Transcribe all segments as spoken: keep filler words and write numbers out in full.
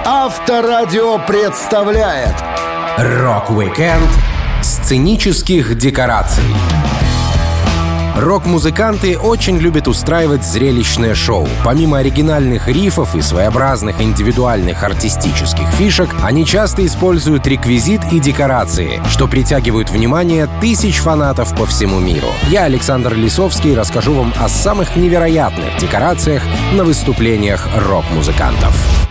Авторадио представляет Рок-викенд сценических декораций. Рок-музыканты очень любят устраивать зрелищное шоу. Помимо оригинальных рифов и своеобразных индивидуальных артистических фишек, они часто используют реквизит и декорации, что притягивают внимание тысяч фанатов по всему миру. Я, Александр Лисовский, расскажу вам о самых невероятных декорациях на выступлениях рок-музыкантов.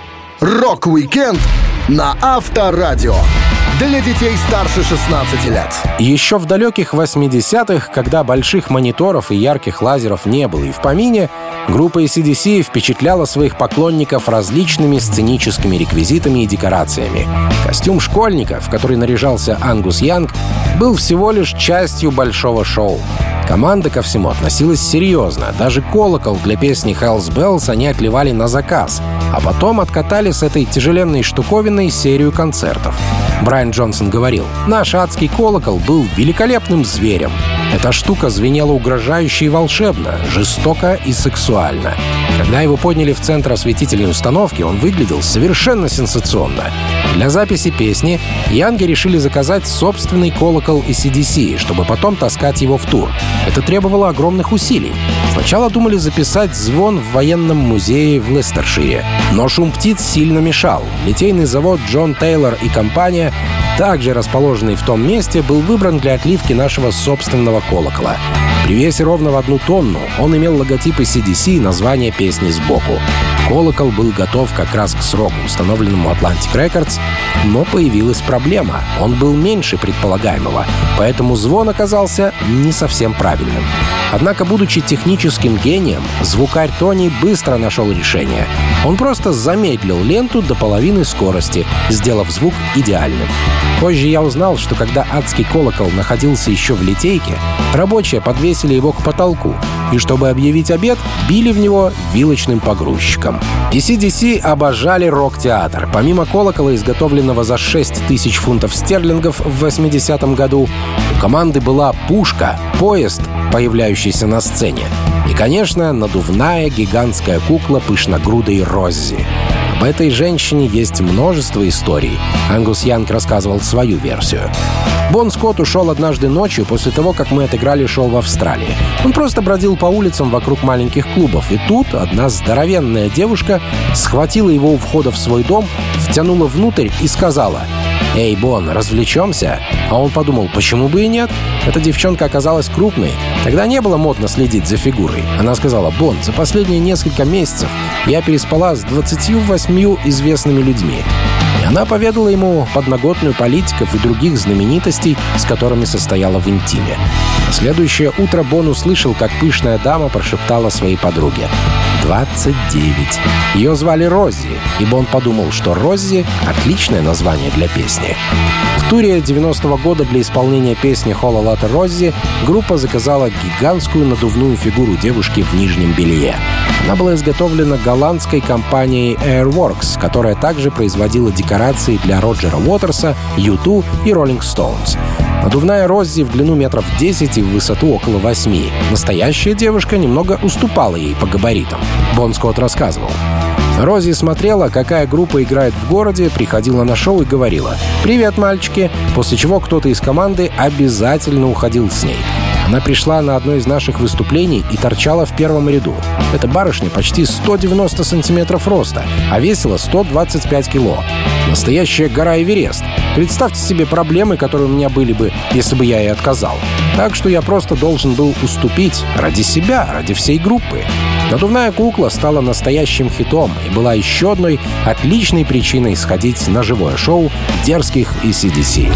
Рок-викенд на Авторадио. Для детей старше шестнадцати лет. Еще в далеких восьмидесятых, когда больших мониторов и ярких лазеров не было и в помине, группа эй си ди си впечатляла своих поклонников различными сценическими реквизитами и декорациями. Костюм школьника, в который наряжался Ангус Янг, был всего лишь частью большого шоу. Команда ко всему относилась серьезно. Даже колокол для песни «Hell's Bells» они отливали на заказ, а потом откатали с этой тяжеленной штуковиной серию концертов. Брайан Джонсон говорил: «Наш адский колокол был великолепным зверем. Эта штука звенела угрожающе и волшебно, жестоко и сексуально. Когда его подняли в центр осветительной установки, он выглядел совершенно сенсационно». Для записи песни Янги решили заказать собственный колокол эй си ди си, чтобы потом таскать его в тур. Это требовало огромных усилий. Сначала думали записать звон в военном музее в Лестершире, но шум птиц сильно мешал. Литейный завод Джон Тейлор и компания, также расположенный в том месте, был выбран для отливки нашего собственного колокола. При весе ровно в одну тонну он имел логотип эй си ди си и название песни сбоку. Колокол был готов как раз к сроку, установленному Atlantic Records, но появилась проблема. Он был меньше предполагаемого, поэтому звон оказался не совсем правильным. Однако, будучи техническим гением, звукарь Тони быстро нашел решение. Он просто замедлил ленту до половины скорости, сделав звук идеальным. Позже я узнал, что когда адский колокол находился еще в литейке, рабочие подвесили его к потолку, и чтобы объявить обед, били в него вилочным погрузчиком. эй си ди си обожали рок-театр. Помимо колокола, изготовленного за шесть тысяч фунтов стерлингов в восьмидесятом году, у команды была пушка, поезд, появляющийся на сцене, и, конечно, надувная гигантская кукла пышногрудой Роззи. Об этой женщине есть множество историй. Ангус Янг рассказывал свою версию. Бон Скотт ушел однажды ночью после того, как мы отыграли шоу в Австралии. Он просто бродил по улицам вокруг маленьких клубов, и тут одна здоровенная девушка схватила его у входа в свой дом, втянула внутрь и сказала: «Эй, Бон, развлечемся?» А он подумал, почему бы и нет? Эта девчонка оказалась крупной. Тогда не было модно следить за фигурой. Она сказала: «Бон, за последние несколько месяцев я переспала с двадцатью восьмью известными людьми». И она поведала ему подноготную политиков и других знаменитостей, с которыми состояла в интиме. На следующее утро Бон услышал, как пышная дама прошептала своей подруге: «двадцать девять». Ее звали Роззи, и Бон подумал, что Роззи — отличное название для песни. В туре девяностого года для исполнения песни «Whole Lotta Rosie» группа заказала гигантскую надувную фигуру девушки в нижнем белье. Она была изготовлена голландской компанией Airworks, которая также производила декорации для Роджера Уотерса, ю ту и Rolling Stones. Надувная Роззи в длину метров десять и в высоту около восьми. Настоящая девушка немного уступала ей по габаритам. Бон Скотт рассказывал: Роззи смотрела, какая группа играет в городе, приходила на шоу и говорила: «Привет, мальчики», после чего кто-то из команды обязательно уходил с ней. Она пришла на одно из наших выступлений и торчала в первом ряду. Эта барышня почти сто девяносто сантиметров роста, а весила сто двадцать пять кило. Настоящая гора Эверест. Представьте себе проблемы, которые у меня были бы, если бы я ей отказал. Так что я просто должен был уступить ради себя, ради всей группы. Надувная кукла стала настоящим хитом и была еще одной отличной причиной сходить на живое шоу дерзких эй си ди си.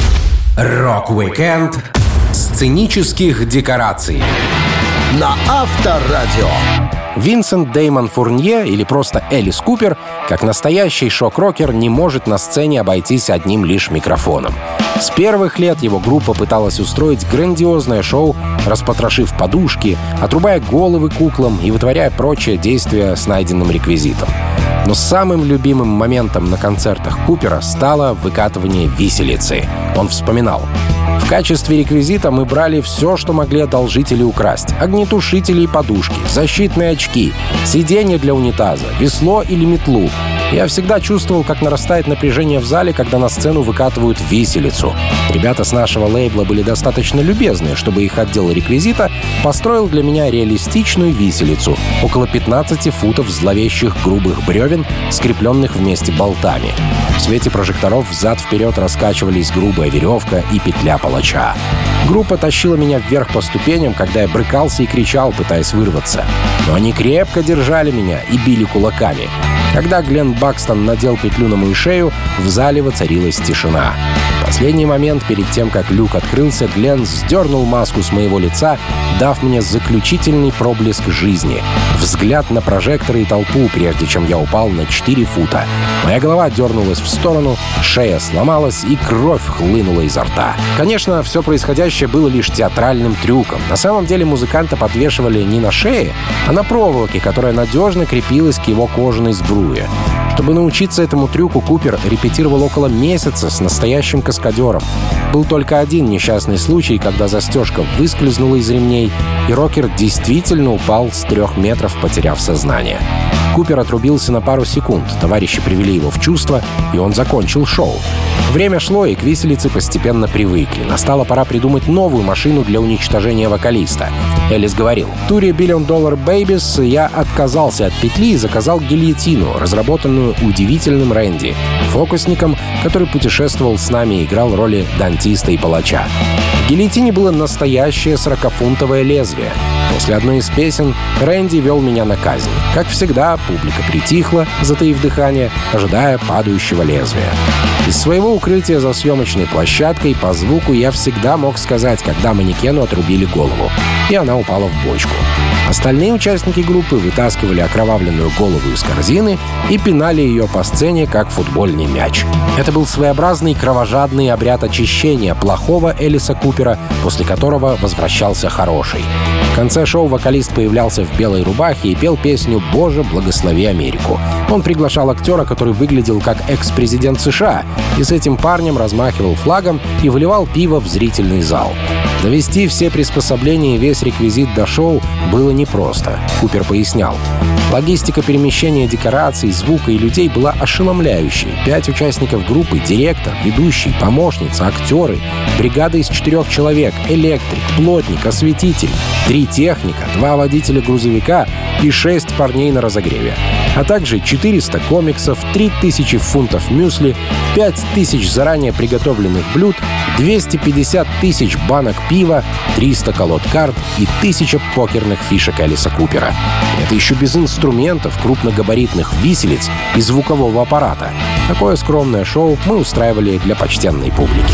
Рок-викенд сценических декораций на Авторадио. Винсент Деймон Фурнье, или просто Элис Купер, как настоящий шок-рокер, не может на сцене обойтись одним лишь микрофоном. С первых лет его группа пыталась устроить грандиозное шоу, распотрошив подушки, отрубая головы куклам и вытворяя прочие действия с найденным реквизитом. Но самым любимым моментом на концертах Купера стало выкатывание виселицы. Он вспоминал: «В качестве реквизита мы брали все, что могли одолжить или украсть. Огнетушители и подушки, защитные очки, сиденье для унитаза, весло или метлу. Я всегда чувствовал, как нарастает напряжение в зале, когда на сцену выкатывают виселицу. Ребята с нашего лейбла были достаточно любезны, чтобы их отдел реквизита построил для меня реалистичную виселицу, около пятнадцати футов зловещих грубых бревен, скрепленных вместе болтами. В свете прожекторов взад-вперед раскачивались грубая веревка и петля палача. Группа тащила меня вверх по ступеням, когда я брыкался и кричал, пытаясь вырваться. Но они крепко держали меня и били кулаками. Когда Глен Бакстон надел петлю на мою шею, в зале воцарилась тишина. В последний момент, перед тем, как люк открылся, Глен сдернул маску с моего лица, дав мне заключительный проблеск жизни. Взгляд на прожекторы и толпу, прежде чем я упал на четыре фута. Моя голова дернулась в сторону, шея сломалась и кровь хлынула изо рта. Конечно, все происходящее было лишь театральным трюком. На самом деле музыканта подвешивали не на шее, а на проволоке, которая надежно крепилась к его кожаной сбруе. Чтобы научиться этому трюку, Купер репетировал около месяца с настоящим каскадером. Был только один несчастный случай, когда застежка выскользнула из ремней, и рокер действительно упал с трех метров, потеряв сознание. Купер отрубился на пару секунд, товарищи привели его в чувство, и он закончил шоу. Время шло, и к виселице постепенно привыкли. Настала пора придумать новую машину для уничтожения вокалиста. Эллис говорил: «В туре Billion Dollar Babies я отказался от петли и заказал гильотину, разработанную удивительным Рэнди, фокусником, который путешествовал с нами и играл роли дантиста и палача. В гильотине было настоящее сорокафунтовое лезвие. После одной из песен Рэнди вел меня на казнь. Как всегда, публика притихла, затаив дыхание, ожидая падающего лезвия. Из своего укрытия за съемочной площадкой по звуку я всегда мог сказать, когда манекену отрубили голову, и она упала в бочку. Остальные участники группы вытаскивали окровавленную голову из корзины и пинали ее по сцене, как футбольный мяч. Это был своеобразный кровожадный обряд очищения плохого Эллиса Купера, после которого возвращался хороший. В конце шоу вокалист появлялся в белой рубахе и пел песню «Боже, благослови Америку». Он приглашал актера, который выглядел как экс-президент США, и с этим парнем размахивал флагом и выливал пиво в зрительный зал. Довести все приспособления и весь реквизит до шоу было непросто, Купер пояснял. Логистика перемещения декораций, звука и людей была ошеломляющей. Пять участников группы, директор, ведущий, помощница, актеры, бригада из четырех человек, электрик, плотник, осветитель, три техника, два водителя грузовика и шесть парней на разогреве. А также четыреста комиксов, три тысячи фунтов мюсли, пять тысяч заранее приготовленных блюд, двести пятьдесят тысяч банок пива, триста колод карт и тысяча покерных фишек Эллиса Купера. Это еще без инструментов, крупногабаритных виселиц и звукового аппарата. Такое скромное шоу мы устраивали для почтенной публики.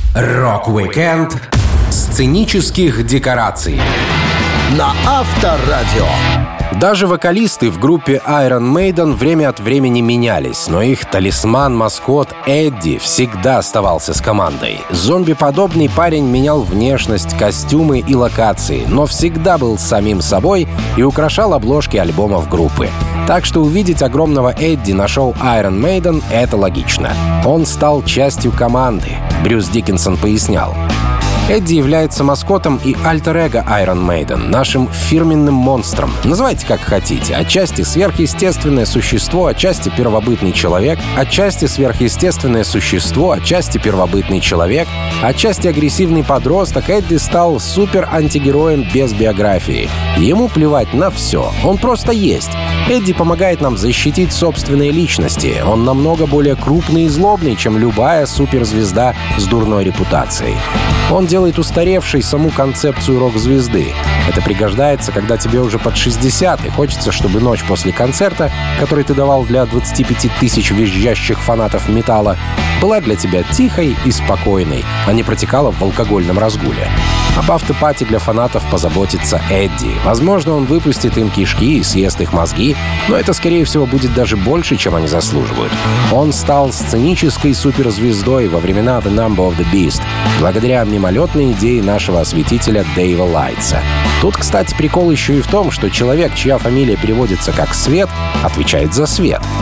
Рок-уикенд сценических декораций на Авторадио. Даже вокалисты в группе Iron Maiden время от времени менялись, но их талисман-маскот Эдди всегда оставался с командой. Зомби-подобный парень менял внешность, костюмы и локации, но всегда был самим собой и украшал обложки альбомов группы. Так что увидеть огромного Эдди на шоу Iron Maiden — это логично. Он стал частью команды, Брюс Диккенсон пояснял. Эдди является маскотом и альтер-эго Iron Maiden, нашим фирменным монстром. Называйте как хотите. Отчасти сверхъестественное существо, отчасти первобытный человек, отчасти сверхъестественное существо, отчасти первобытный человек, отчасти агрессивный подросток. Эдди стал супер-антигероем без биографии. Ему плевать на все. Он просто есть. Эдди помогает нам защитить собственные личности. Он намного более крупный и злобный, чем любая суперзвезда с дурной репутацией. Он делает устаревшей саму концепцию рок-звезды. Это пригождается, когда тебе уже под шестьдесят, и хочется, чтобы ночь после концерта, который ты давал для двадцати пяти тысяч визжащих фанатов металла, была для тебя тихой и спокойной, а не протекала в алкогольном разгуле. Об автопати для фанатов позаботится Эдди. Возможно, он выпустит им кишки и съест их мозги, но это, скорее всего, будет даже больше, чем они заслуживают. Он стал сценической суперзвездой во времена The Number of the Beast, благодаря мимолетной идее нашего осветителя Дэйва Лайтса. Тут, кстати, прикол еще и в том, что человек, чья фамилия переводится как «Свет», отвечает за свет.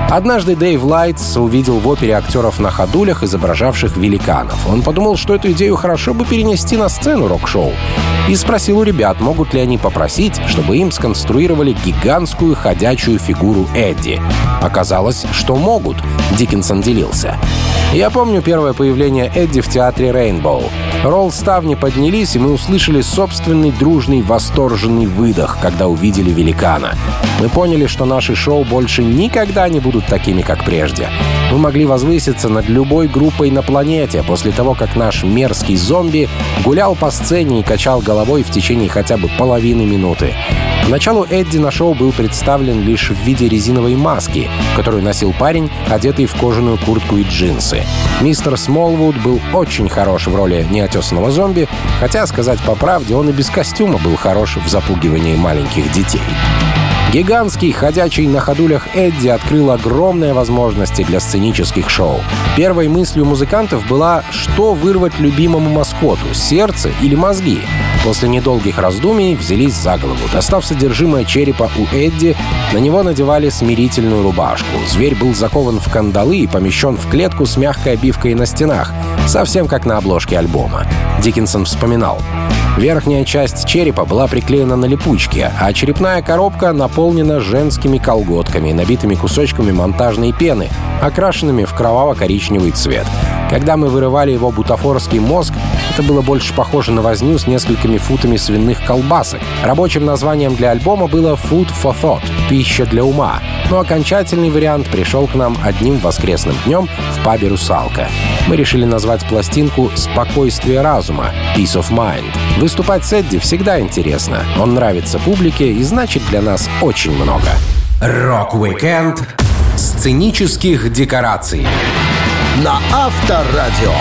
Однажды Дэйв Лайтс увидел в опере актеров на ходулях, изображавших великанов. Он подумал, что эту идею хорошо бы перенести на сцену рок-шоу. И спросил у ребят, могут ли они попросить, чтобы им сконструировали гигантскую ходячую фигуру Эдди. Оказалось, что могут, Диккенсон делился. Я помню первое появление Эдди в театре «Рейнбоу». Ролл-ставни поднялись, и мы услышали собственный дружный восторженный выдох, когда увидели великана. Мы поняли, что наши шоу больше никогда не будут такими, как прежде. Мы могли возвыситься над любой группой на планете после того, как наш мерзкий зомби гулял по сцене и качал головой в течение хотя бы половины минуты. Поначалу Эдди на шоу был представлен лишь в виде резиновой маски, которую носил парень, одетый в кожаную куртку и джинсы. Мистер Смолвуд был очень хорош в роли неотесанного зомби, хотя, сказать по правде, он и без костюма был хорош в запугивании маленьких детей. Гигантский, ходячий на ходулях Эдди открыл огромные возможности для сценических шоу. Первой мыслью музыкантов была, что вырвать любимому маскоту — сердце или мозги. После недолгих раздумий взялись за голову. Достав содержимое черепа у Эдди, на него надевали смирительную рубашку. Зверь был закован в кандалы и помещен в клетку с мягкой обивкой на стенах, совсем как на обложке альбома. Диккенсон вспоминал: верхняя часть черепа была приклеена на липучке, а черепная коробка наполнена женскими колготками, набитыми кусочками монтажной пены, окрашенными в кроваво-коричневый цвет. Когда мы вырывали его бутафорский мозг, это было больше похоже на возню с несколькими футами свиных колбасок. Рабочим названием для альбома было «Food for Thought» — «Пища для ума», но окончательный вариант пришел к нам одним воскресным днем в пабе «Русалка». Мы решили назвать пластинку «Спокойствие разума» — «Peace of Mind». Выступать с Эдди всегда интересно. Он нравится публике и значит для нас очень много. Рок-уикенд сценических декораций На Авторадио.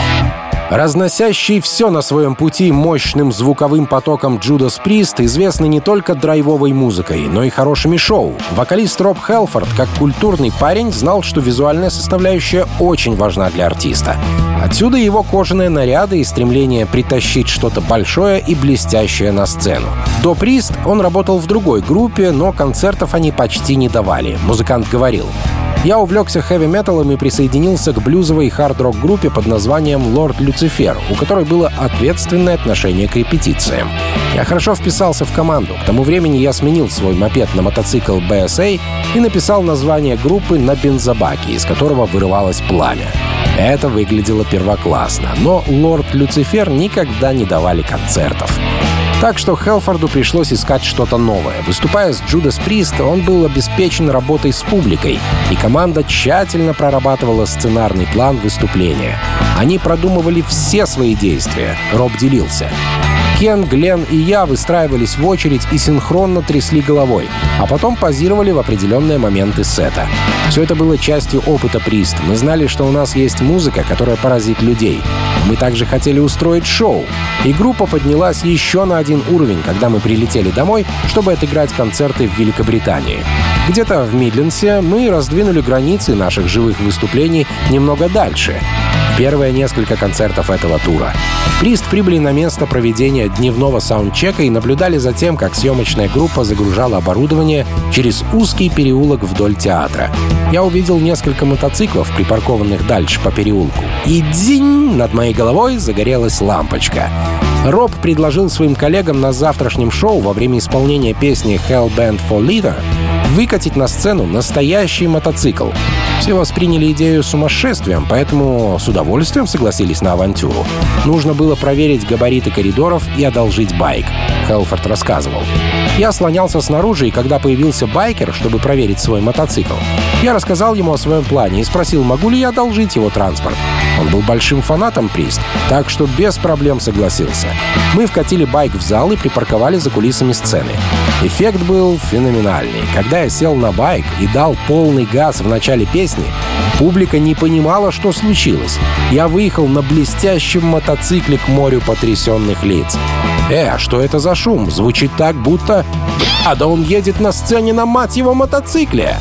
Разносящий все на своем пути мощным звуковым потоком Джудас Прист известны не только драйвовой музыкой, но и хорошими шоу. Вокалист Роб Хелфорд, как культурный парень, знал, что визуальная составляющая очень важна для артиста. Отсюда его кожаные наряды и стремление притащить что-то большое и блестящее на сцену. До Прист он работал в другой группе, но концертов они почти не давали. Музыкант говорил: «Я увлекся хэви-металом и присоединился к блюзовой хард-рок группе под названием «Лорд Люцифер», у которой было ответственное отношение к репетициям. Я хорошо вписался в команду. К тому времени я сменил свой мопед на мотоцикл би эс эй и написал название группы на бензобаке, из которого вырывалось пламя. Это выглядело первоклассно, но «Лорд Люцифер» никогда не давали концертов. Так что Хелфорду пришлось искать что-то новое. Выступая с Judas Priest, он был обеспечен работой с публикой, и команда тщательно прорабатывала сценарный план выступления. Они продумывали все свои действия. Роб делился: Кен, Глен и я выстраивались в очередь и синхронно трясли головой, а потом позировали в определенные моменты сета. Все это было частью опыта Прист. Мы знали, что у нас есть музыка, которая поразит людей. Мы также хотели устроить шоу. И группа поднялась еще на один уровень, когда мы прилетели домой, чтобы отыграть концерты в Великобритании. Где-то в Мидлендсе мы раздвинули границы наших живых выступлений немного дальше. Первые несколько концертов этого тура. Прист прибыли на место проведения дневного саундчека и наблюдали за тем, как съемочная группа загружала оборудование через узкий переулок вдоль театра. Я увидел несколько мотоциклов, припаркованных дальше по переулку. И дзинь! Над моей головой загорелась лампочка. Роб предложил своим коллегам на завтрашнем шоу во время исполнения песни «Hell Bent for Leather» выкатить на сцену настоящий мотоцикл. Все восприняли идею сумасшествием, поэтому с удовольствием согласились на авантюру. Нужно было проверить габариты коридоров и одолжить байк. Хелфорд рассказывал: «Я слонялся снаружи, и когда появился байкер, чтобы проверить свой мотоцикл, я рассказал ему о своем плане и спросил, могу ли я одолжить его транспорт. Он был большим фанатом Прист, так что без проблем согласился. Мы вкатили байк в зал и припарковали за кулисами сцены. Эффект был феноменальный. Когда я сел на байк и дал полный газ в начале песни, публика не понимала, что случилось. Я выехал на блестящем мотоцикле к морю потрясенных лиц. Э, что это за шум? Звучит так, будто... А да он едет на сцене на, мать его, мотоцикле!»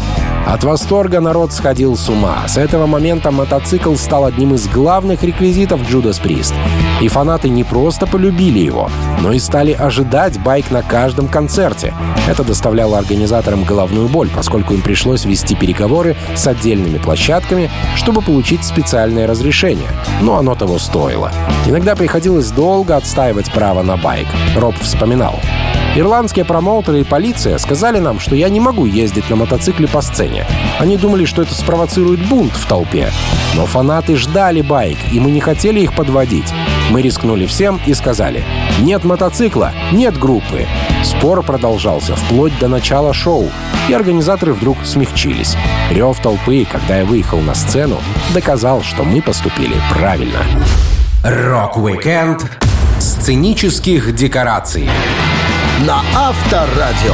От восторга народ сходил с ума. С этого момента мотоцикл стал одним из главных реквизитов Judas Priest. И фанаты не просто полюбили его, но и стали ожидать байк на каждом концерте. Это доставляло организаторам головную боль, поскольку им пришлось вести переговоры с отдельными площадками, чтобы получить специальное разрешение. Но оно того стоило. Иногда приходилось долго отстаивать право на байк. Роб вспоминал. Ирландские промоутеры и полиция сказали нам, что я не могу ездить на мотоцикле по сцене. Они думали, что это спровоцирует бунт в толпе. Но фанаты ждали байк, и мы не хотели их подводить. Мы рискнули всем и сказали: «Нет мотоцикла, нет группы». Спор продолжался вплоть до начала шоу, и организаторы вдруг смягчились. Рев толпы, когда я выехал на сцену, доказал, что мы поступили правильно. Рок-викенд сценических декораций на Авторадио.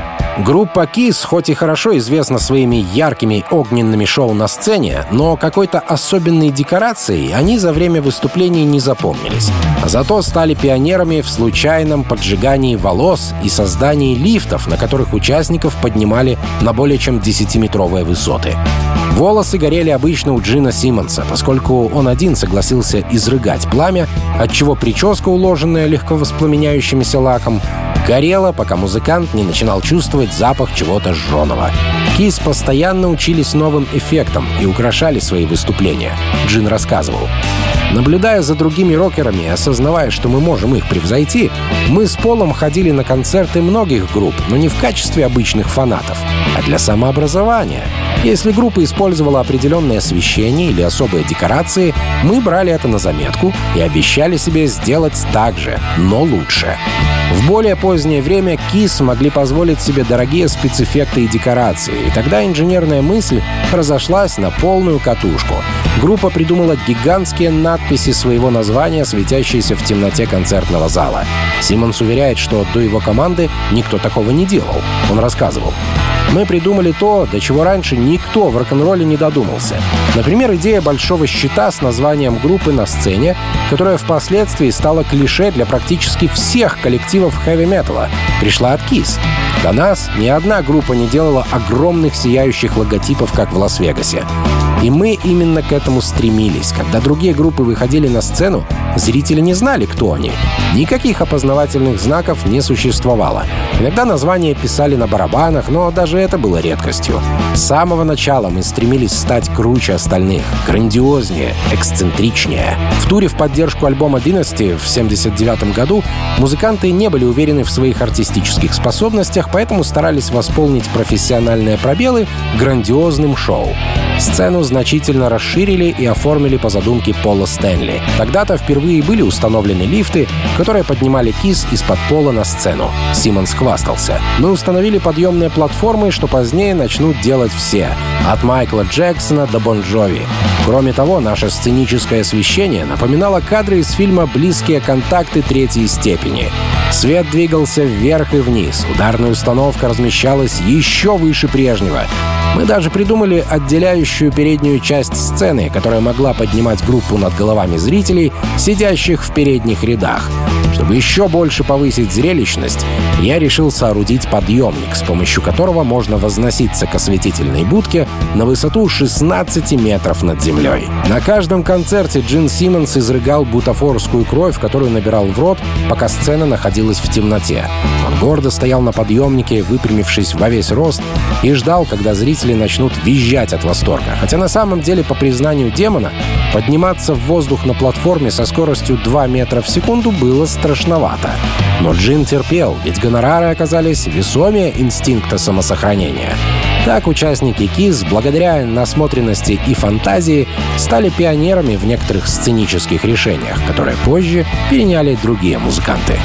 Группа Kiss хоть и хорошо известна своими яркими огненными шоу на сцене, но какой-то особенной декорацией они за время выступлений не запомнились. Зато стали пионерами в случайном поджигании волос и создании лифтов, на которых участников поднимали на более чем десятиметровые высоты. Волосы горели обычно у Джина Симмонса, поскольку он один согласился изрыгать пламя, отчего прическа, уложенная легко воспламеняющимся лаком, горела, пока музыкант не начинал чувствовать запах чего-то жженого. Kiss постоянно учились новым эффектам и украшали свои выступления. Джин рассказывал. Наблюдая за другими рокерами и осознавая, что мы можем их превзойти, мы с Полом ходили на концерты многих групп, но не в качестве обычных фанатов, а для самообразования. Если группа использовала определенное освещение или особые декорации, мы брали это на заметку и обещали себе сделать так же, но лучше. В более позднее время Kiss могли позволить себе дорогие спецэффекты и декорации, и тогда инженерная мысль разошлась на полную катушку. Группа придумала гигантские надписи своего названия, светящиеся в темноте концертного зала. Симмонс уверяет, что до его команды никто такого не делал. Он рассказывал. Мы придумали то, до чего раньше никто в рок-н-ролле не додумался. Например, идея большого щита с названием группы на сцене, которая впоследствии стала клише для практически всех коллективов хэви-металла, пришла от Kiss. До нас ни одна группа не делала огромных сияющих логотипов, как в Лас-Вегасе. И мы именно к этому стремились. Когда другие группы выходили на сцену, зрители не знали, кто они. Никаких опознавательных знаков не существовало. Иногда названия писали на барабанах, но даже это было редкостью. С самого начала мы стремились стать круче остальных, грандиознее, эксцентричнее. В туре в поддержку альбома Dynasty в семьдесят девятом году музыканты не были уверены в своих артистических способностях, поэтому старались восполнить профессиональные пробелы грандиозным шоу. Сцену значительно расширили и оформили по задумке Пола Стэнли. Тогда-то впервые были установлены лифты, которые поднимали Kiss из-под пола на сцену. Симмонс хвастался. Мы установили подъемные платформы, что позднее начнут делать все. От Майкла Джексона до Бон Джови. Кроме того, наше сценическое освещение напоминало кадры из фильма «Близкие контакты третьей степени». Свет двигался вверх и вниз. Ударная установка размещалась еще выше прежнего. Мы даже придумали отделяющую переднюю часть сцены, которая могла поднимать группу над головами зрителей, сидящих в передних рядах. Чтобы еще больше повысить зрелищность, я решил соорудить подъемник, с помощью которого можно возноситься к осветительной будке на высоту шестнадцать метров над землей. На каждом концерте Джин Симмонс изрыгал бутафорскую кровь, которую набирал в рот, пока сцена находилась в темноте. Он гордо стоял на подъемнике, выпрямившись во весь рост, и ждал, когда зрители начнут визжать от восторга. Хотя на самом деле, по признанию Демона, подниматься в воздух на платформе со скоростью два метра в секунду было страшновато. Но Джин терпел, ведь гонорары оказались весомее инстинкта самосохранения. Так участники Kiss, благодаря насмотренности и фантазии, стали пионерами в некоторых сценических решениях, которые позже переняли другие музыканты.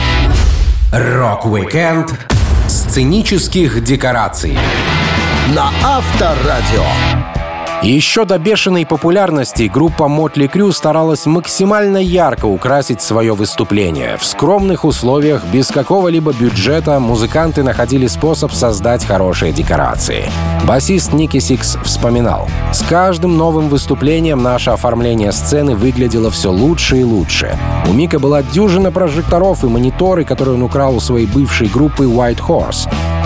Рок-викенд сценических декораций на Авторадио. Еще до бешеной популярности группа Motley Crue старалась максимально ярко украсить свое выступление. В скромных условиях, без какого-либо бюджета, музыканты находили способ создать хорошие декорации. Басист Ники Сикс вспоминал: «С каждым новым выступлением наше оформление сцены выглядело все лучше и лучше. У Мика была дюжина прожекторов и мониторы, которые он украл у своей бывшей группы White Horse.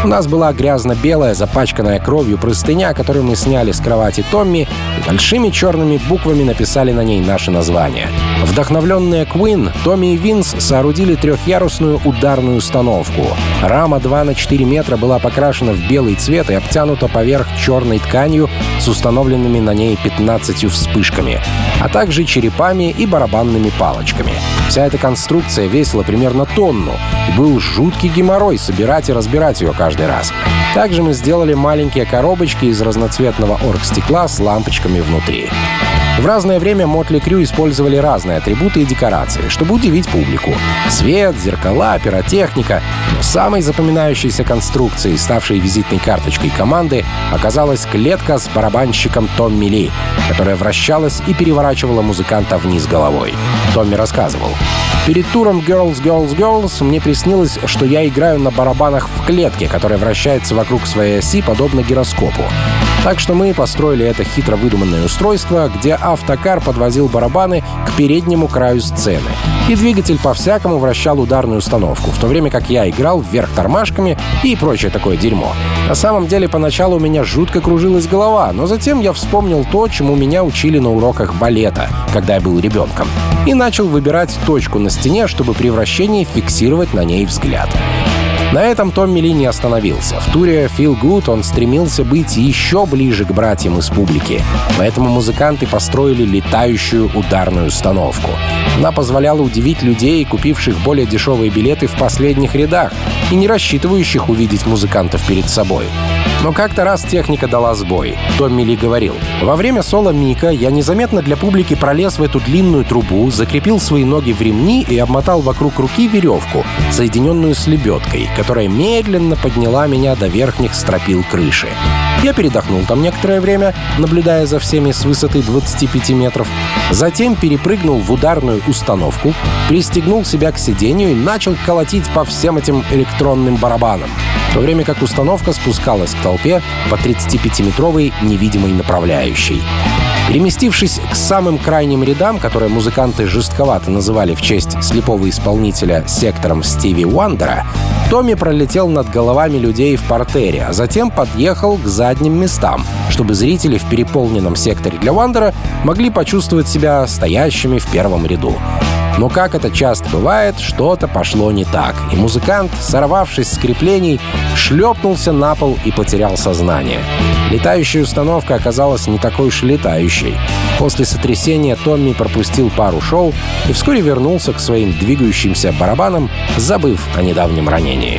У нас была грязно-белая, запачканная кровью простыня, которую мы сняли с кровати Томми, и большими черными буквами написали на ней наши названия. Вдохновленные Queen, Томми и Винс соорудили трехъярусную ударную установку. Рама два на четыре метра была покрашена в белый цвет и обтянута поверх черной тканью с установленными на ней пятнадцатью вспышками, а также черепами и барабанными палочками. Вся эта конструкция весила примерно тонну, и был жуткий геморрой собирать и разбирать ее каждый раз. Также мы сделали маленькие коробочки из разноцветного оргстекла с лампочками внутри. В разное время Мотли Крю использовали разные атрибуты и декорации, чтобы удивить публику. Свет, зеркала, пиротехника. Но самой запоминающейся конструкцией, ставшей визитной карточкой команды, оказалась клетка с барабанщиком Томми Ли, которая вращалась и переворачивала музыканта вниз головой. Томми рассказывал: «Перед туром Girls, Girls, Girls мне приснилось, что я играю на барабанах в клетке, которая вращается вокруг своей оси, подобно гироскопу. Так что мы построили это хитро выдуманное устройство, где автокар подвозил барабаны к переднему краю сцены, и двигатель по-всякому вращал ударную установку, в то время как я играл вверх тормашками и прочее такое дерьмо. На самом деле, поначалу у меня жутко кружилась голова, но затем я вспомнил то, чему меня учили на уроках балета, когда я был ребенком, и начал выбирать точку на стене, чтобы при вращении фиксировать на ней взгляд». На этом Томми Ли не остановился. В туре «Feel Good» он стремился быть еще ближе к братьям из публики. Поэтому музыканты построили летающую ударную установку. Она позволяла удивить людей, купивших более дешевые билеты в последних рядах и не рассчитывающих увидеть музыкантов перед собой. Но как-то раз техника дала сбой. Томми Ли говорил: «Во время соло Мика я незаметно для публики пролез в эту длинную трубу, закрепил свои ноги в ремни и обмотал вокруг руки веревку, соединенную с лебедкой, которая медленно подняла меня до верхних стропил крыши. Я передохнул там некоторое время, наблюдая за всеми с высоты двадцати пяти метров. Затем перепрыгнул в ударную установку, пристегнул себя к сиденью и начал колотить по всем этим электронным барабанам, в то время как установка спускалась к толпе по тридцатипятиметровой невидимой направляющей. Переместившись к самым крайним рядам, которые музыканты жестковато называли в честь слепого исполнителя сектором Стиви Уандера, Томми пролетел над головами людей в партере, а затем подъехал к задним местам, чтобы зрители в переполненном секторе для Уандера могли почувствовать себя стоящими в первом ряду. Но, как это часто бывает, что-то пошло не так, и музыкант, сорвавшись с креплений, шлепнулся на пол и потерял сознание. Летающая установка оказалась не такой уж летающей. После сотрясения Томми пропустил пару шоу и вскоре вернулся к своим двигающимся барабанам, забыв о недавнем ранении.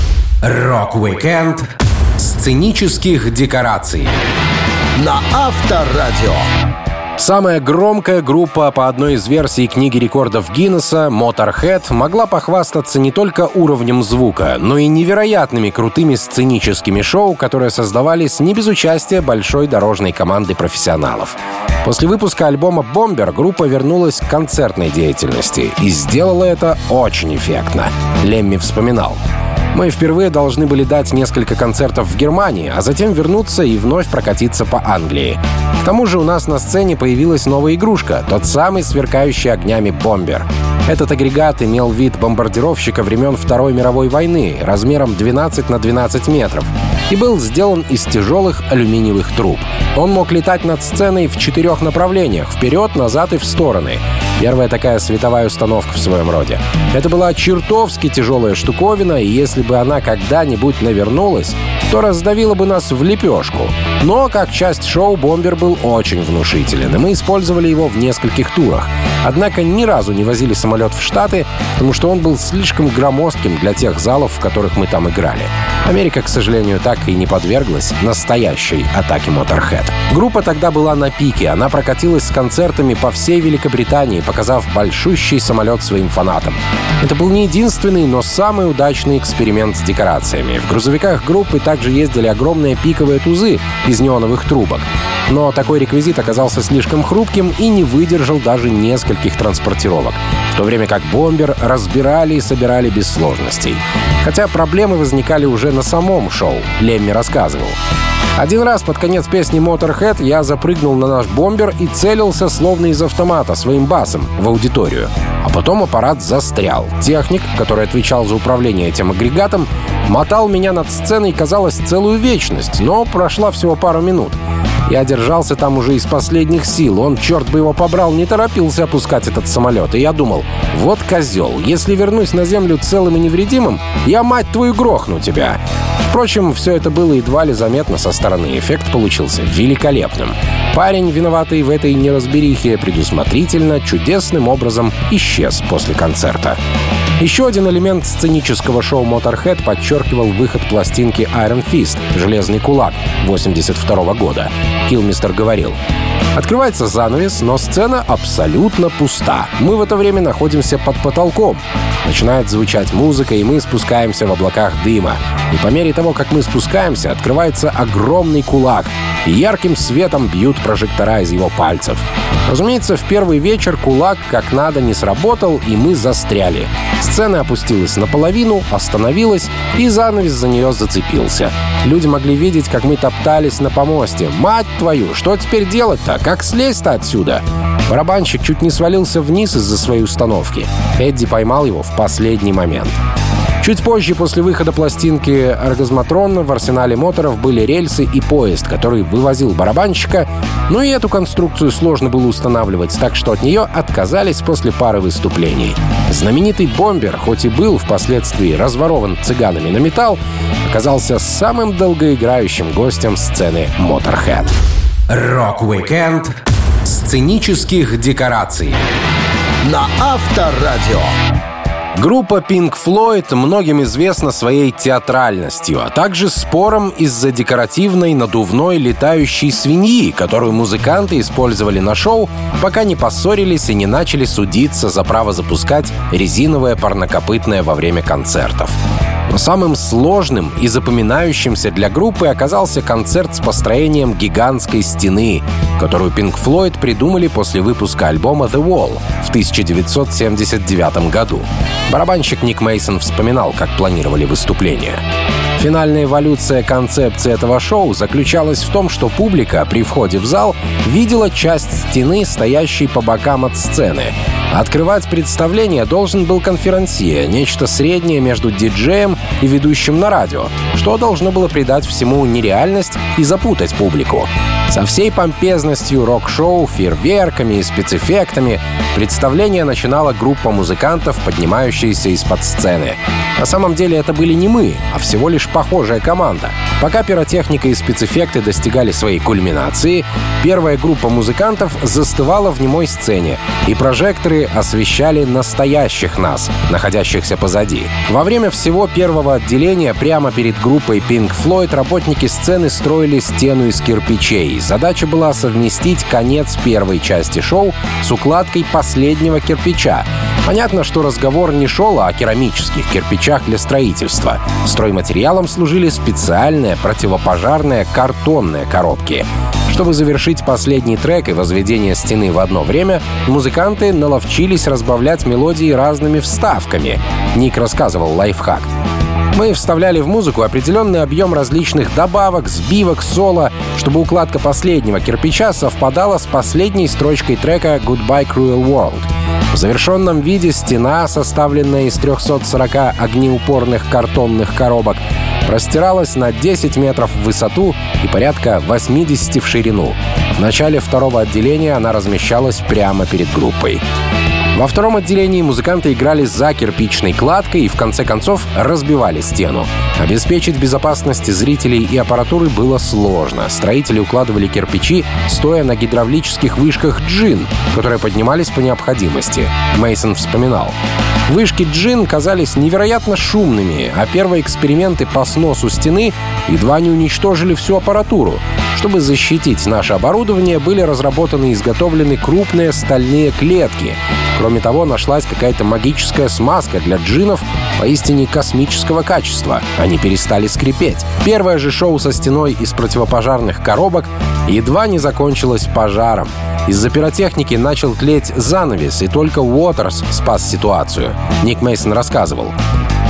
Рок-викенд сценических декораций на Авторадио. Самая громкая группа по одной из версий книги рекордов Гиннесса, Motorhead, могла похвастаться не только уровнем звука, но и невероятными крутыми сценическими шоу, которые создавались не без участия большой дорожной команды профессионалов. После выпуска альбома «Бомбер» группа вернулась к концертной деятельности и сделала это очень эффектно. Лемми вспоминал: «Мы впервые должны были дать несколько концертов в Германии, а затем вернуться и вновь прокатиться по Англии. К тому же у нас на сцене появилась новая игрушка, тот самый сверкающий огнями «Бомбер». Этот агрегат имел вид бомбардировщика времен Второй мировой войны размером двенадцать на двенадцать метров и был сделан из тяжелых алюминиевых труб. Он мог летать над сценой в четырех направлениях — вперед, назад и в стороны. Первая такая световая установка в своем роде. Это была чертовски тяжелая штуковина, и если бы она когда-нибудь навернулась, то раздавила бы нас в лепешку. Но как часть шоу «Бомбер» был очень внушителен, и мы использовали его в нескольких турах. Однако ни разу не возили самолет в Штаты, потому что он был слишком громоздким для тех залов, в которых мы там играли. Америка, к сожалению, так и не подверглась настоящей атаке Motorhead. Группа тогда была на пике. Она прокатилась с концертами по всей Великобритании, показав большущий самолет своим фанатам. Это был не единственный, но самый удачный эксперимент с декорациями. В грузовиках группы также ездили огромные пиковые тузы из неоновых трубок. Но такой реквизит оказался слишком хрупким и не выдержал даже нескольких транспортировок, в то время как «Бомбер» разбирали и собирали без сложностей. Хотя проблемы возникали уже на самом шоу, Лемми рассказывал: Один раз под конец песни Motorhead я запрыгнул на наш бомбер и целился словно из автомата своим басом в аудиторию. А потом аппарат застрял. Техник, который отвечал за управление этим агрегатом, мотал меня над сценой, казалось, целую вечность, но прошла всего пару минут. Я держался там уже из последних сил. Он, черт бы его побрал, не торопился опускать этот самолет. И я думал, вот козел, если вернусь на землю целым и невредимым, я, мать твою, грохну тебя. Впрочем, все это было едва ли заметно со стороны. Эффект получился великолепным. Парень, виноватый в этой неразберихе, предусмотрительно, чудесным образом исчез после концерта. Еще один элемент сценического шоу Motorhead подчеркивал выход пластинки Iron Fist — «Железный кулак» восемьдесят второго года. Килмистер говорил: «Открывается занавес, но сцена абсолютно пуста. Мы в это время находимся под потолком. Начинает звучать музыка, и мы спускаемся в облаках дыма. И по мере того, как мы спускаемся, открывается огромный кулак, и ярким светом бьют прожектора из его пальцев. Разумеется, в первый вечер кулак как надо не сработал, и мы застряли. Сцена опустилась наполовину, остановилась, и занавес за нее зацепился. Люди могли видеть, как мы топтались на помосте. Мать твою, что теперь делать-то? Как слезть-то отсюда?» Барабанщик чуть не свалился вниз из-за своей установки. Эдди поймал его в последний момент. Чуть позже, после выхода пластинки «Оргазматрон», в арсенале Моторов были рельсы и поезд, который вывозил барабанщика, но и эту конструкцию сложно было устанавливать, так что от нее отказались после пары выступлений. Знаменитый бомбер, хоть и был впоследствии разворован цыганами на металл, оказался самым долгоиграющим гостем сцены Motorhead. Рок-викенд сценических декораций на Авторадио. Группа Pink Floyd многим известна своей театральностью, а также спором из-за декоративной надувной летающей свиньи, которую музыканты использовали на шоу, пока не поссорились и не начали судиться за право запускать резиновое парнокопытное во время концертов. Но самым сложным и запоминающимся для группы оказался концерт с построением гигантской стены, которую Pink Floyd придумали после выпуска альбома The Wall в тысяча девятьсот семьдесят девятом году. Барабанщик Ник Мейсон вспоминал, как планировали выступление. Финальная эволюция концепции этого шоу заключалась в том, что публика при входе в зал видела часть стены, стоящей по бокам от сцены. Открывать представление должен был конферансье, нечто среднее между диджеем и ведущим на радио, что должно было придать всему нереальность и запутать публику. Со всей помпезностью рок-шоу, фейерверками и спецэффектами представление начинала группа музыкантов, поднимающаяся из-под сцены. На самом деле это были не мы, а всего лишь похожая команда. Пока пиротехника и спецэффекты достигали своей кульминации, первая группа музыкантов застывала в немой сцене, и прожекторы освещали настоящих нас, находящихся позади. Во время всего первого отделения прямо перед группой Pink Floyd работники сцены строили стену из кирпичей. Задача была совместить конец первой части шоу с укладкой последнего кирпича. Понятно, что разговор не шел о керамических кирпичах для строительства. Стройматериалом служили специальные противопожарные картонные коробки. Чтобы завершить последний трек и возведение стены в одно время, музыканты наловчились разбавлять мелодии разными вставками. Ник рассказывал лайфхак. Мы вставляли в музыку определенный объем различных добавок, сбивок, соло, чтобы укладка последнего кирпича совпадала с последней строчкой трека «Goodbye Cruel World». В завершенном виде стена, составленная из трехсот сорока огнеупорных картонных коробок, простиралась на десять метров в высоту и порядка восемьдесят в ширину. В начале второго отделения она размещалась прямо перед группой. Во втором отделении музыканты играли за кирпичной кладкой и в конце концов разбивали стену. Обеспечить безопасность зрителей и аппаратуры было сложно. Строители укладывали кирпичи, стоя на гидравлических вышках джин, которые поднимались по необходимости. Мейсон вспоминал. Вышки джин казались невероятно шумными, а первые эксперименты по сносу стены едва не уничтожили всю аппаратуру. Чтобы защитить наше оборудование, были разработаны и изготовлены крупные стальные клетки. Кроме того, нашлась какая-то магическая смазка для джинов поистине космического качества. Они перестали скрипеть. Первое же шоу со стеной из противопожарных коробок едва не закончилось пожаром. Из-за пиротехники начал тлеть занавес, и только Уотерс спас ситуацию. Ник Мейсон рассказывал.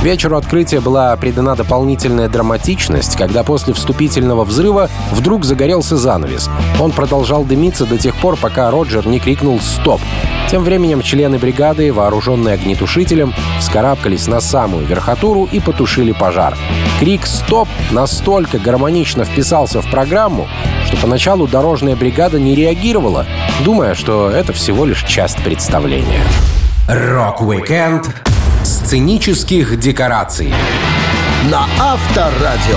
Вечеру открытия была придана дополнительная драматичность, когда после вступительного взрыва вдруг загорелся занавес. Он продолжал дымиться до тех пор, пока Роджер не крикнул «Стоп!». Тем временем члены бригады, вооруженные огнетушителем, вскарабкались на самую верхотуру и потушили пожар. Крик «Стоп!» настолько гармонично вписался в программу, что поначалу дорожная бригада не реагировала, думая, что это всего лишь часть представления. Рок-уикенд сценических декораций на Авторадио.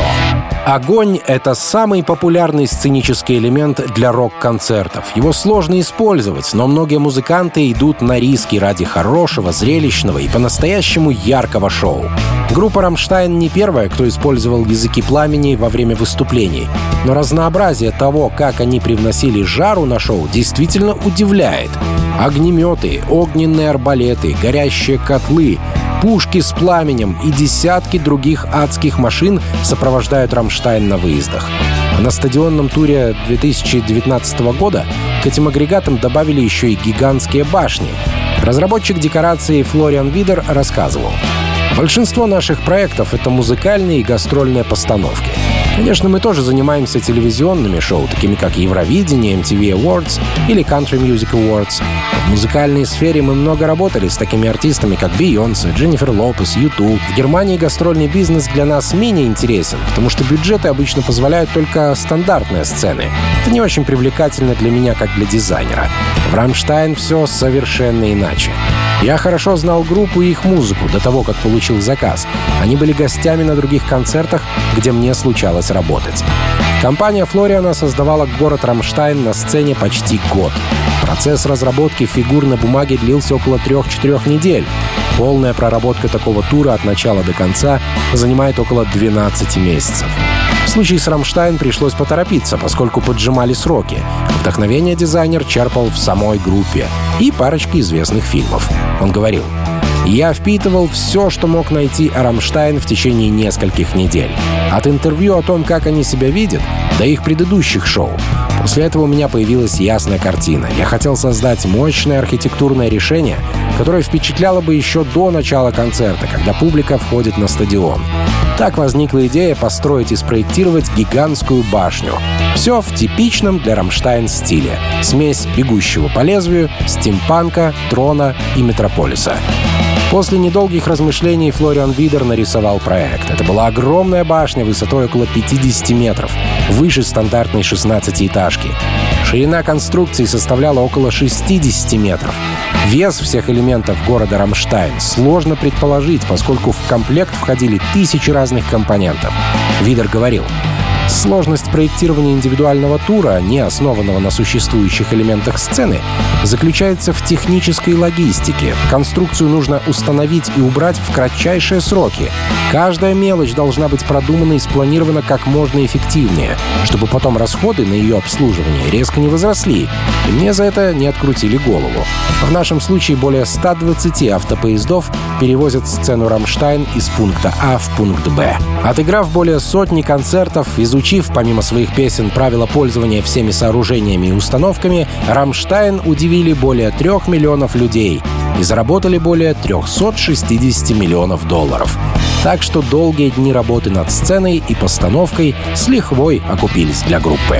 Огонь — это самый популярный сценический элемент для рок-концертов. Его сложно использовать, но многие музыканты идут на риски ради хорошего, зрелищного и по-настоящему яркого шоу. Группа «Рамштайн» не первая, кто использовал языки пламени во время выступлений. Но разнообразие того, как они привносили жару на шоу, действительно удивляет. Огнеметы, огненные арбалеты, горящие котлы, пушки с пламенем и десятки других адских машин сопровождают «Рамштайн» на выездах. А на стадионном туре две тысячи девятнадцатого года к этим агрегатам добавили еще и гигантские башни. Разработчик декорации Флориан Видер рассказывал: «Большинство наших проектов — это музыкальные и гастрольные постановки. Конечно, мы тоже занимаемся телевизионными шоу, такими как Евровидение, эм ти ви Awards или Country Music Awards. В музыкальной сфере мы много работали с такими артистами, как Бейонсе, Дженнифер Лопес, ю ту. В Германии гастрольный бизнес для нас менее интересен, потому что бюджеты обычно позволяют только стандартные сцены. Это не очень привлекательно для меня, как для дизайнера. В «Рамштайн» все совершенно иначе. Я хорошо знал группу и их музыку до того, как получил заказ. Они были гостями на других концертах, где мне случалось работать». Компания Флориана создавала город Рамштайн на сцене почти год. Процесс разработки фигур на бумаге длился около трех-четырех недель. Полная проработка такого тура от начала до конца занимает около двенадцати месяцев. В случае с «Рамштайн» пришлось поторопиться, поскольку поджимали сроки. Вдохновение дизайнер черпал в самой группе и парочке известных фильмов. Он говорил: «Я впитывал все, что мог найти о «Рамштайн» в течение нескольких недель. От интервью о том, как они себя видят, до их предыдущих шоу. После этого у меня появилась ясная картина. Я хотел создать мощное архитектурное решение, которое впечатляло бы еще до начала концерта, когда публика входит на стадион. Так возникла идея построить и спроектировать гигантскую башню. Все в типичном для «Рамштайн» стиле. Смесь «Бегущего по лезвию», стимпанка, трона и метрополиса». После недолгих размышлений Флориан Видер нарисовал проект. Это была огромная башня высотой около пятидесяти метров, выше стандартной шестнадцатиэтажки. Ширина конструкции составляла около шестидесяти метров. Вес всех элементов города Рамштайн сложно предположить, поскольку в комплект входили тысячи разных компонентов. Видер говорил: «Сложность проектирования индивидуального тура, не основанного на существующих элементах сцены, заключается в технической логистике. Конструкцию нужно установить и убрать в кратчайшие сроки. Каждая мелочь должна быть продумана и спланирована как можно эффективнее, чтобы потом расходы на ее обслуживание резко не возросли, и мне за это не открутили голову. В нашем случае более ста двадцати автопоездов перевозят сцену «Рамштайн» из пункта А в пункт Б. Отыграв более сотни концертов, изучив, помимо своих песен, правила пользования всеми сооружениями и установками, «Рамштайн» удивили более трех миллионов людей и заработали более трехсот шестидесяти миллионов долларов. Так что долгие дни работы над сценой и постановкой с лихвой окупились для группы.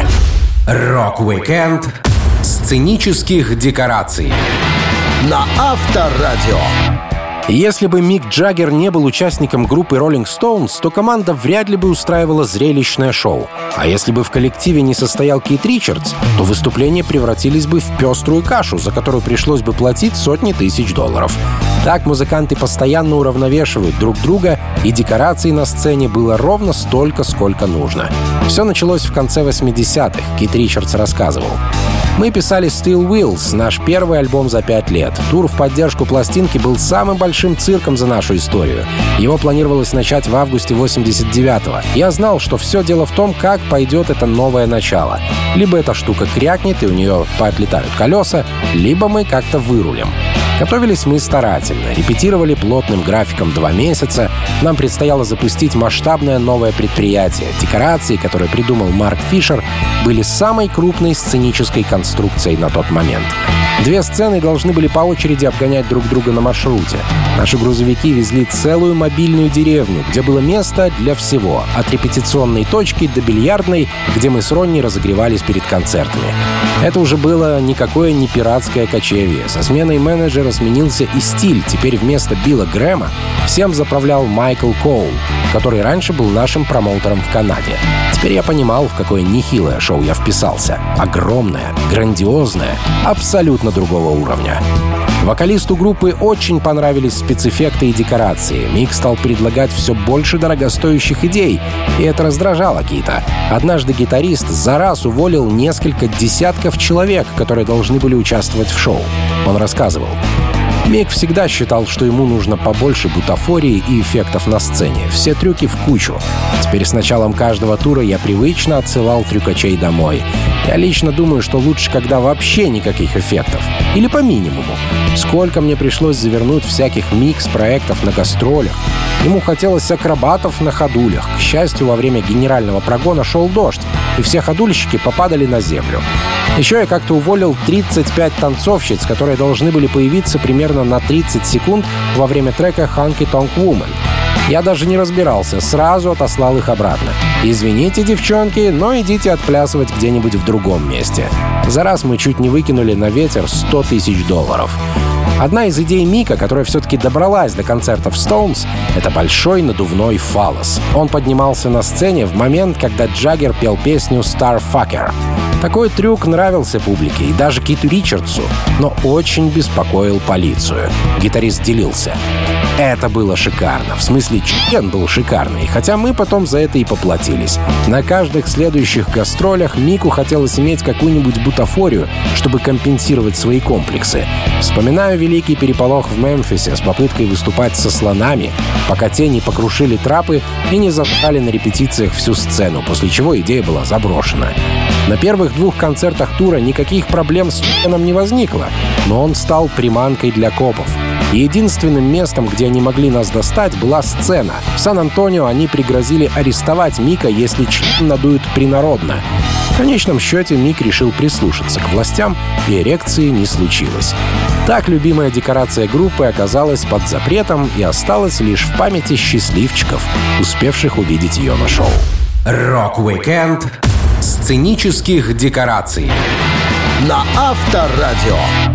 Рок-уикенд сценических декораций на Авторадио. Если бы Мик Джаггер не был участником группы Rolling Stones, то команда вряд ли бы устраивала зрелищное шоу. А если бы в коллективе не состоял Кит Ричардс, то выступления превратились бы в пеструю кашу, за которую пришлось бы платить сотни тысяч долларов. Так музыканты постоянно уравновешивают друг друга, и декораций на сцене было ровно столько, сколько нужно. Все началось в конце восьмидесятых, Кит Ричардс рассказывал: «Мы писали Steel Wheels, наш первый альбом за пять лет. Тур в поддержку пластинки был самым большим цирком за нашу историю. Его планировалось начать в августе восемьдесят девятого. Я знал, что все дело в том, как пойдет это новое начало. Либо эта штука крякнет, и у нее поотлетают колеса, либо мы как-то вырулим. Готовились мы старательно, репетировали плотным графиком два месяца. Нам предстояло запустить масштабное новое предприятие. Декорации, которые придумал Марк Фишер, были самой крупной сценической конструкцией на тот момент. Две сцены должны были по очереди обгонять друг друга на маршруте. Наши грузовики везли целую мобильную деревню, где было место для всего, от репетиционной точки до бильярдной, где мы с Ронни разогревались перед концертами. Это уже было никакое не пиратское кочевье. Со сменой менеджера сменился и стиль. Теперь вместо Билла Грэма всем заправлял Майкл Коул, который раньше был нашим промоутером в Канаде. Теперь я понимал, в какое нехилое шоу я вписался. Огромное, грандиозное, абсолютно другого уровня. Вокалисту группы очень понравились спецэффекты и декорации. Мик стал предлагать все больше дорогостоящих идей, и это раздражало Кита. Однажды гитарист за раз уволил несколько десятков человек, которые должны были участвовать в шоу. Он рассказывал: Мик всегда считал, что ему нужно побольше бутафории и эффектов на сцене. Все трюки в кучу. Теперь с началом каждого тура я привычно отсылал трюкачей домой. Я лично думаю, что лучше, когда вообще никаких эффектов. Или по минимуму. Сколько мне пришлось завернуть всяких микс-проектов на гастролях. Ему хотелось акробатов на ходулях. К счастью, во время генерального прогона шел дождь, и все ходульщики попадали на землю. Еще я как-то уволил тридцать пять танцовщиц, которые должны были появиться примерно на тридцать секунд во время трека «Honky Tonk Woman». Я даже не разбирался, сразу отослал их обратно. «Извините, девчонки, но идите отплясывать где-нибудь в другом месте». За раз мы чуть не выкинули на ветер сто тысяч долларов. Одна из идей Мика, которая все-таки добралась до концертов Stones, это большой надувной фаллос. Он поднимался на сцене в момент, когда Джаггер пел песню «Starfucker». Такой трюк нравился публике и даже Киту Ричардсу, но очень беспокоил полицию. Гитарист делился: это было шикарно. В смысле, член был шикарный, хотя мы потом за это и поплатились. На каждых следующих гастролях Мику хотелось иметь какую-нибудь бутафорию, чтобы компенсировать свои комплексы. Вспоминаю великий переполох в Мемфисе с попыткой выступать со слонами, пока те не покрушили трапы и не заткали на репетициях всю сцену, после чего идея была заброшена. На первых двух концертах тура никаких проблем с членом не возникло, но он стал приманкой для копов. И единственным местом, где они могли нас достать, была сцена. В Сан-Антонио они пригрозили арестовать Мика, если член надуют принародно. В конечном счете Мик решил прислушаться к властям, и эрекции не случилось. Так любимая декорация группы оказалась под запретом и осталась лишь в памяти счастливчиков, успевших увидеть ее на шоу. Рок-уикенд сценических декораций на Авторадио.